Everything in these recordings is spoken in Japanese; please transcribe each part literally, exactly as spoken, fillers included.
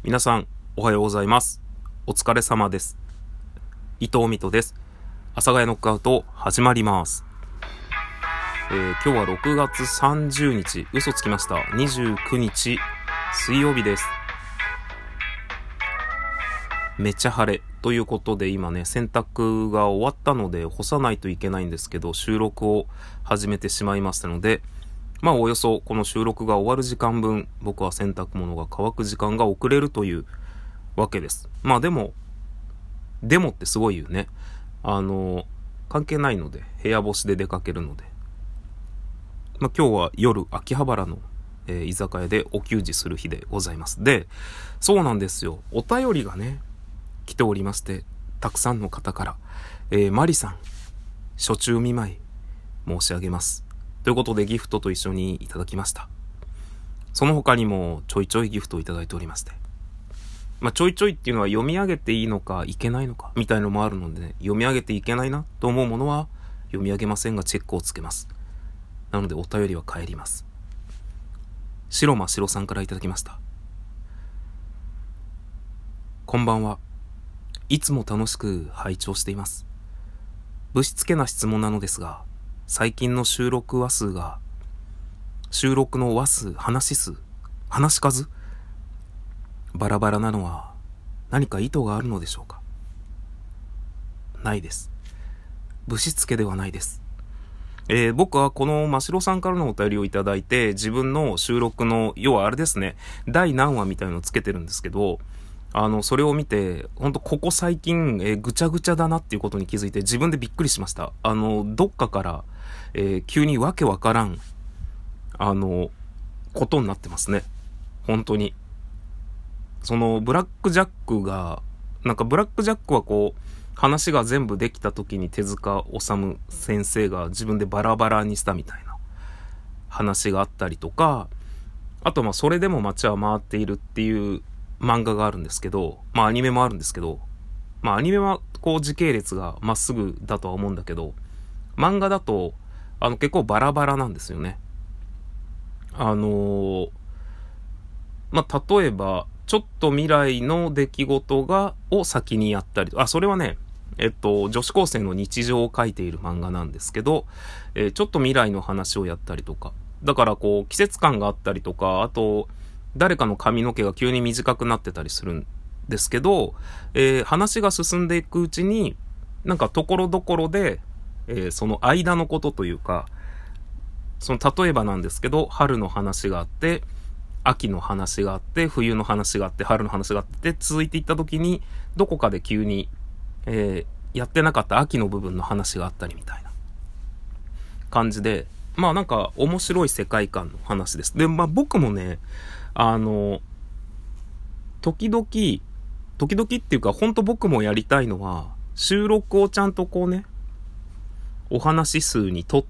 皆さんおはようございます。お疲れ様です。伊藤美斗です。阿佐ヶ谷ノックアウト始まります。えー、今日はろくがつさんじゅうにち、嘘つきました。にじゅうくにち水曜日です。めちゃ晴れということで、今ね洗濯が終わったので干さないといけないんですけど、収録を始めてしまいましたので、まあおよそこの収録が終わる時間分、僕は洗濯物が乾く時間が遅れるというわけです。まあでもでもってすごい言うね。あの関係ないので、部屋干しで出かけるので、まあ今日は夜秋葉原の、えー、居酒屋でお給仕する日でございます。で、そうなんですよ。お便りがね来ておりまして、たくさんの方から、えー、マリさん初中見舞い申し上げますということで、ギフトと一緒にいただきました。その他にもちょいちょいギフトをいただいておりまして、まあちょいちょいっていうのは読み上げていいのかいけないのかみたいのもあるので、ね、読み上げていけないなと思うものは読み上げませんがチェックをつけます。なのでお便りは帰ります。白間白さんからいただきました。こんばんは。いつも楽しく拝聴しています。ぶしつけな質問なのですが、最近の収録話数が、収録の話数、話数、話し数バラバラなのは何か意図があるのでしょうか？ないです。ぶしつけではないです。えー、僕はこの真城さんからのお便りをいただいて、自分の収録の、要はあれですね、第何話みたいのをつけてるんですけど、あの、それを見て、ほんとここ最近、えー、ぐちゃぐちゃだなっていうことに気づいて、自分でびっくりしました。あの、どっかから、えー、急にわけわからん、あの、ことになってますね。本当に。その、ブラックジャックが、なんかブラックジャックはこう、話が全部できた時に手塚治虫先生が自分でバラバラにしたみたいな話があったりとか、あとまあそれでも街は回っているっていう漫画があるんですけど、まあアニメもあるんですけど、まあアニメはこう時系列がまっすぐだとは思うんだけど、漫画だとあの結構バラバラなんですよね。あのー、まあ例えばちょっと未来の出来事がを先にやったり、あ、それはね、えっと女子高生の日常を描いている漫画なんですけど、えー、ちょっと未来の話をやったりとか、だからこう季節感があったりとか、あと誰かの髪の毛が急に短くなってたりするんですけど、えー、話が進んでいくうちになんかところどころで、えー、その間のことというか、その例えばなんですけど、春の話があって、秋の話があって、冬の話があって、春の話があって、続いていった時にどこかで急に、えー、やってなかった秋の部分の話があったりみたいな感じで、まあなんか面白い世界観の話です。で、まあ僕もね、あの、時々、時々っていうか、ほんと僕もやりたいのは、収録をちゃんとこうね、お話数にとって、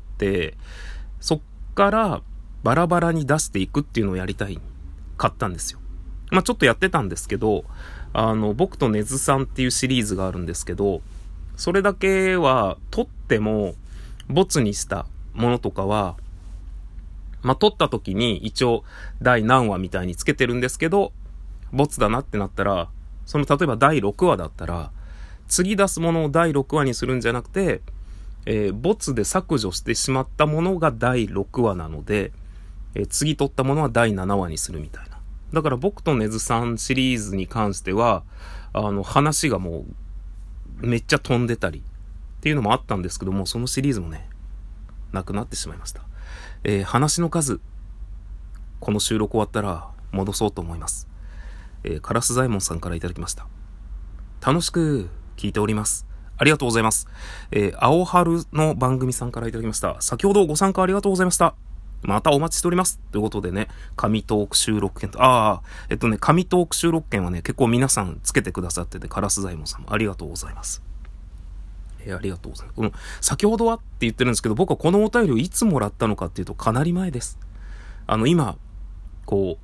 そっからバラバラに出していくっていうのをやりたいかったんですよ。まあちょっとやってたんですけど、あの、僕とネズさんっていうシリーズがあるんですけど、それだけは撮ってもボツにしたものとかは、まあ、撮った時に一応第何話みたいにつけてるんですけど、ボツだなってなったら、その例えばだいろくわだったら、次出すものをだいろくわにするんじゃなくて、えー、ボツで削除してしまったものがだいろくわなので、えー、次撮ったものはだいななわにするみたいな。だから僕とネズさんシリーズに関しては、あの話がもうめっちゃ飛んでたりっていうのもあったんですけども、そのシリーズもね、なくなってしまいました。えー、話の数、この収録終わったら戻そうと思います。えー、カラスザイモンさんからいただきました。楽しく聞いております。ありがとうございます。えー、青春の番組さんからいただきました。先ほどご参加ありがとうございました。またお待ちしております。ということでね、神トーク収録券と、ああ、えっとね、神トーク収録券はね、結構皆さんつけてくださってて、カラスザイモンさんもありがとうございます。えー、ありがとうございます。うん、先ほどはって言ってるんですけど、僕はこのお便りをいつもらったのかっていうと、かなり前です。あの、今、こう、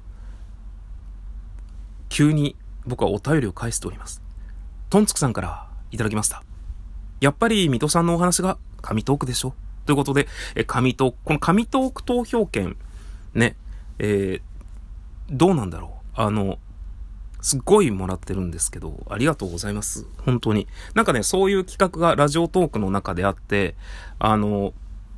急に僕はお便りを返しております。トンツクさんからいただきました。やっぱり水戸さんのお話が神トークでしょということで、え神トーク、この神トーク投票券、ね、えー、どうなんだろう。あの、 すっごいもらってるんですけど、ありがとうございます。本当に。なんかね、そういう企画がラジオトークの中であって、あの、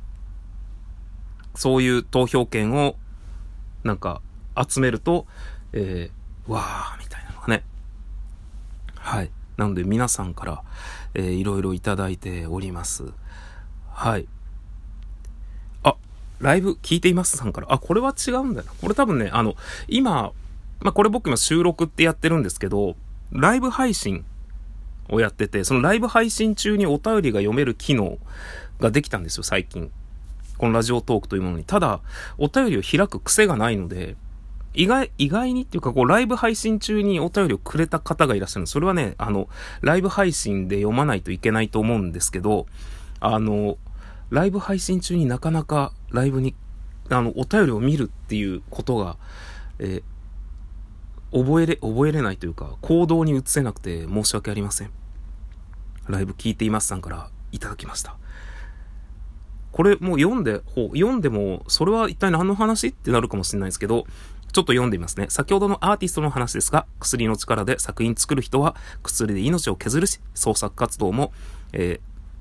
そういう投票権を、なんか、集めると、えー、わー、みたいなのがね。はい。なので、皆さんから、えー、いろいろいただいております。はい。あ、ライブ聞いていますさんから。あ、これは違うんだよな。これ多分ね、あの、今、まあ、これ僕今収録ってやってるんですけど、ライブ配信をやってて、そのライブ配信中にお便りが読める機能ができたんですよ、最近。このラジオトークというものに。ただ、お便りを開く癖がないので、意外、意外にっていうか、こう、ライブ配信中にお便りをくれた方がいらっしゃる。それはね、あの、ライブ配信で読まないといけないと思うんですけど、あの、ライブ配信中になかなかライブに、あの、お便りを見るっていうことが、えー、覚えれ、覚えれないというか、行動に移せなくて申し訳ありません。ライブ聞いていますさんからいただきました。これもう読んで、ほう、読んでも、それは一体何の話ってなるかもしれないですけど、ちょっと読んでみますね。先ほどのアーティストの話ですが、薬の力で作品作る人は薬で命を削るし、創作活動も、えー、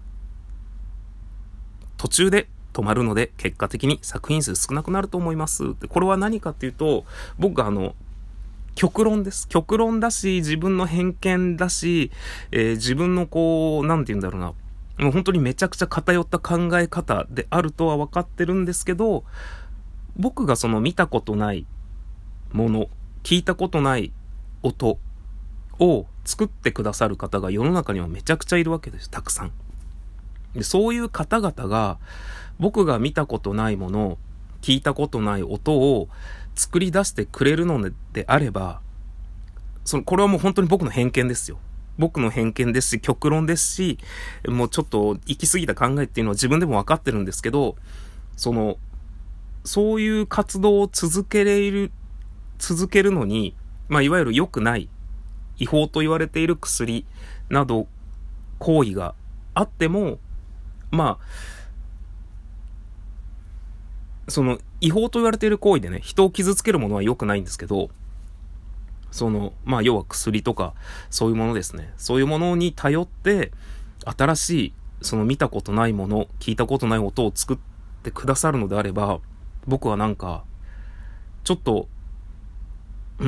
途中で止まるので、結果的に作品数少なくなると思います。で、これは何かっていうと、僕があの、極論です。極論だし、自分の偏見だし、えー、自分のこう、なんて言うんだろうな、もう本当にめちゃくちゃ偏った考え方であるとは分かってるんですけど、僕がその見たことないもの、聞いたことない音を作ってくださる方が世の中にはめちゃくちゃいるわけです。たくさん。で、そういう方々が僕が見たことないもの、聞いたことない音を作り出してくれるのであれば、その、これはもう本当に僕の偏見ですよ。僕の偏見ですし、極論ですし、もうちょっと行き過ぎた考えっていうのは自分でも分かってるんですけど、その、そういう活動を続けれる、続けるのに、まあ、いわゆる良くない、違法と言われている薬など、行為があっても、まあ、その、違法と言われている行為でね、人を傷つけるものは良くないんですけど、その、まあ、要は薬とか、そういうものですね。そういうものに頼って、新しい、その見たことないもの、聞いたことない音を作ってくださるのであれば、僕はなんか、ちょっと、うん、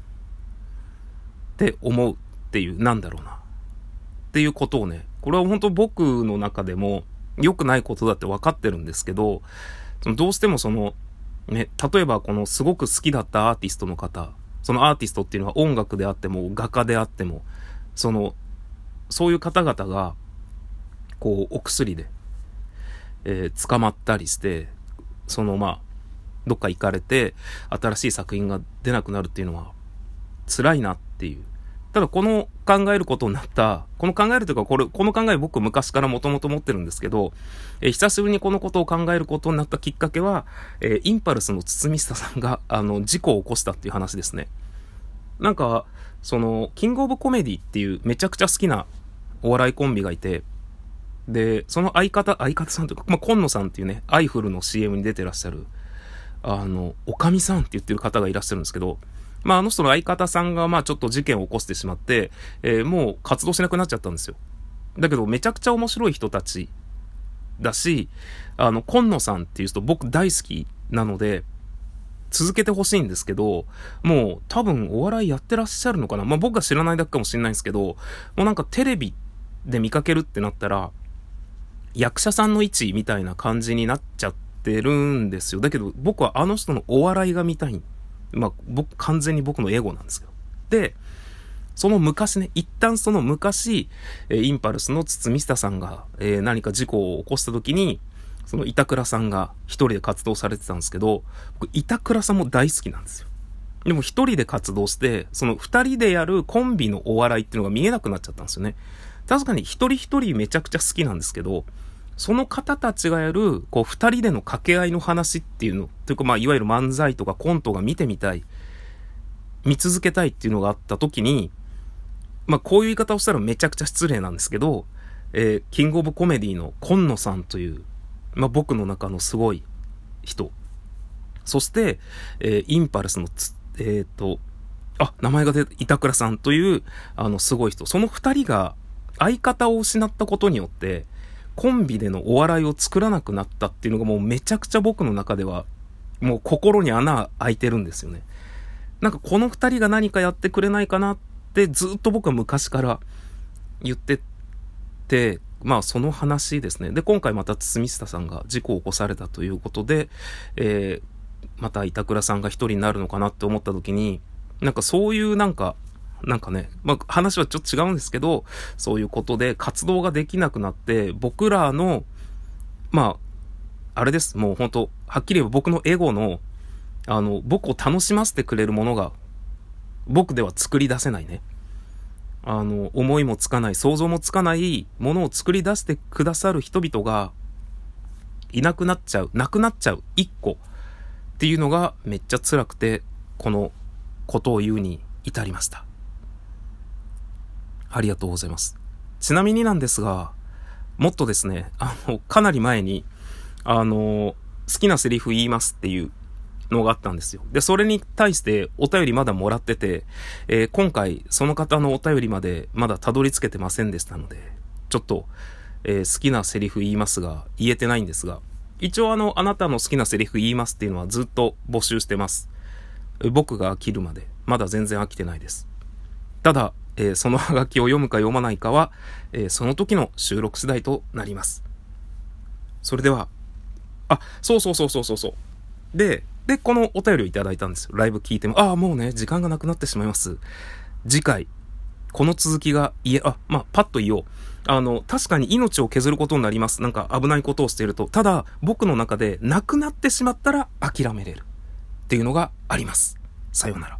って思うっていう、なんだろうな。っていうことをね、これは本当僕の中でも、良くないことだって分かってるんですけど、そのどうしてもその、ね、例えばこのすごく好きだったアーティストの方、そのアーティストっていうのは音楽であっても画家であっても、その、そういう方々が、こう、お薬で、えー、捕まったりして、そのまあ、どっか行かれて、新しい作品が出なくなるっていうのは、辛いなっていう。ただこの考えることになった、この考えるというか、これ、この考え僕昔からもともと持ってるんですけど、えー、久しぶりにこのことを考えることになったきっかけは、えー、インパルスの堤下さんが、あの、事故を起こしたっていう話ですね。なんか、その、キングオブコメディっていうめちゃくちゃ好きなお笑いコンビがいて、で、その相方、相方さんというか、まあ、今野さんっていうね、アイフルの シーエム に出てらっしゃる、あの、おかみさんって言ってる方がいらっしゃるんですけど、まあ、あの人の相方さんが、まあ、ちょっと事件を起こしてしまって、えー、もう活動しなくなっちゃったんですよ。だけど、めちゃくちゃ面白い人たちだし、あの、今野さんっていう人僕大好きなので、続けてほしいんですけど、もう多分お笑いやってらっしゃるのかな。まあ僕が知らないだけかもしれないんですけど、もうなんかテレビで見かけるってなったら、役者さんの位置みたいな感じになっちゃってるんですよ。だけど僕はあの人のお笑いが見たい。まあ僕、完全に僕のエゴなんですけど。で、その昔ね、一旦その昔、えー、インパルスの堤下さんが、えー、何か事故を起こした時に、その板倉さんが一人で活動されてたんですけど、僕、板倉さんも大好きなんですよ。でも一人で活動して、その二人でやるコンビのお笑いっていうのが見えなくなっちゃったんですよね。確かに一人一人めちゃくちゃ好きなんですけど、その方たちがやる、こう二人での掛け合いの話っていうの、というかまあいわゆる漫才とかコントが見てみたい、見続けたいっていうのがあった時に、まあこういう言い方をしたらめちゃくちゃ失礼なんですけど、えー、キングオブコメディの今野さんという、まあ僕の中のすごい人。そして、えー、インパルスのつ、えっと、 あ、名前が出て、板倉さんという、あの、すごい人。その二人が相方を失ったことによって、コンビでのお笑いを作らなくなったっていうのがもうめちゃくちゃ僕の中では、もう心に穴開いてるんですよね。なんかこの二人が何かやってくれないかなってずっと僕は昔から言ってて、まあその話ですね。で、今回また堤下さんが事故を起こされたということで、えー、また板倉さんが一人になるのかなって思った時に、なんかそういうなんか、なんかね、まあ話はちょっと違うんですけど、そういうことで活動ができなくなって、僕らの、まあ、あれです。もう本当はっきり言えば僕のエゴの、あの、僕を楽しませてくれるものが、僕では作り出せないね。あの、思いもつかない、想像もつかないものを作り出してくださる人々が、いなくなっちゃう、なくなっちゃう、一個っていうのがめっちゃ辛くて、このことを言うに至りました。ありがとうございます。ちなみになんですが、もっとですね、あの、かなり前に、あの、好きなセリフ言いますっていうのがあったんですよ。で、それに対してお便りまだもらってて、えー、今回その方のお便りまでまだたどり着けてませんでしたので、ちょっと、えー、好きなセリフ言いますが、言えてないんですが、一応あの、あなたの好きなセリフ言いますっていうのはずっと募集してます。僕が飽きるまで、まだ全然飽きてないです。ただ、えー、そのハガキを読むか読まないかは、えー、その時の収録次第となります。それでは、あ、そうそうそうそうそうそう。で、で、このお便りをいただいたんですよ。ライブ聞いても、ああ、もうね、時間がなくなってしまいます。次回、この続きが言え、あ、まあ、パッと言おう。あの、確かに命を削ることになります。なんか危ないことをしていると。ただ、僕の中で亡くなってしまったら諦めれる。っていうのがあります。さようなら。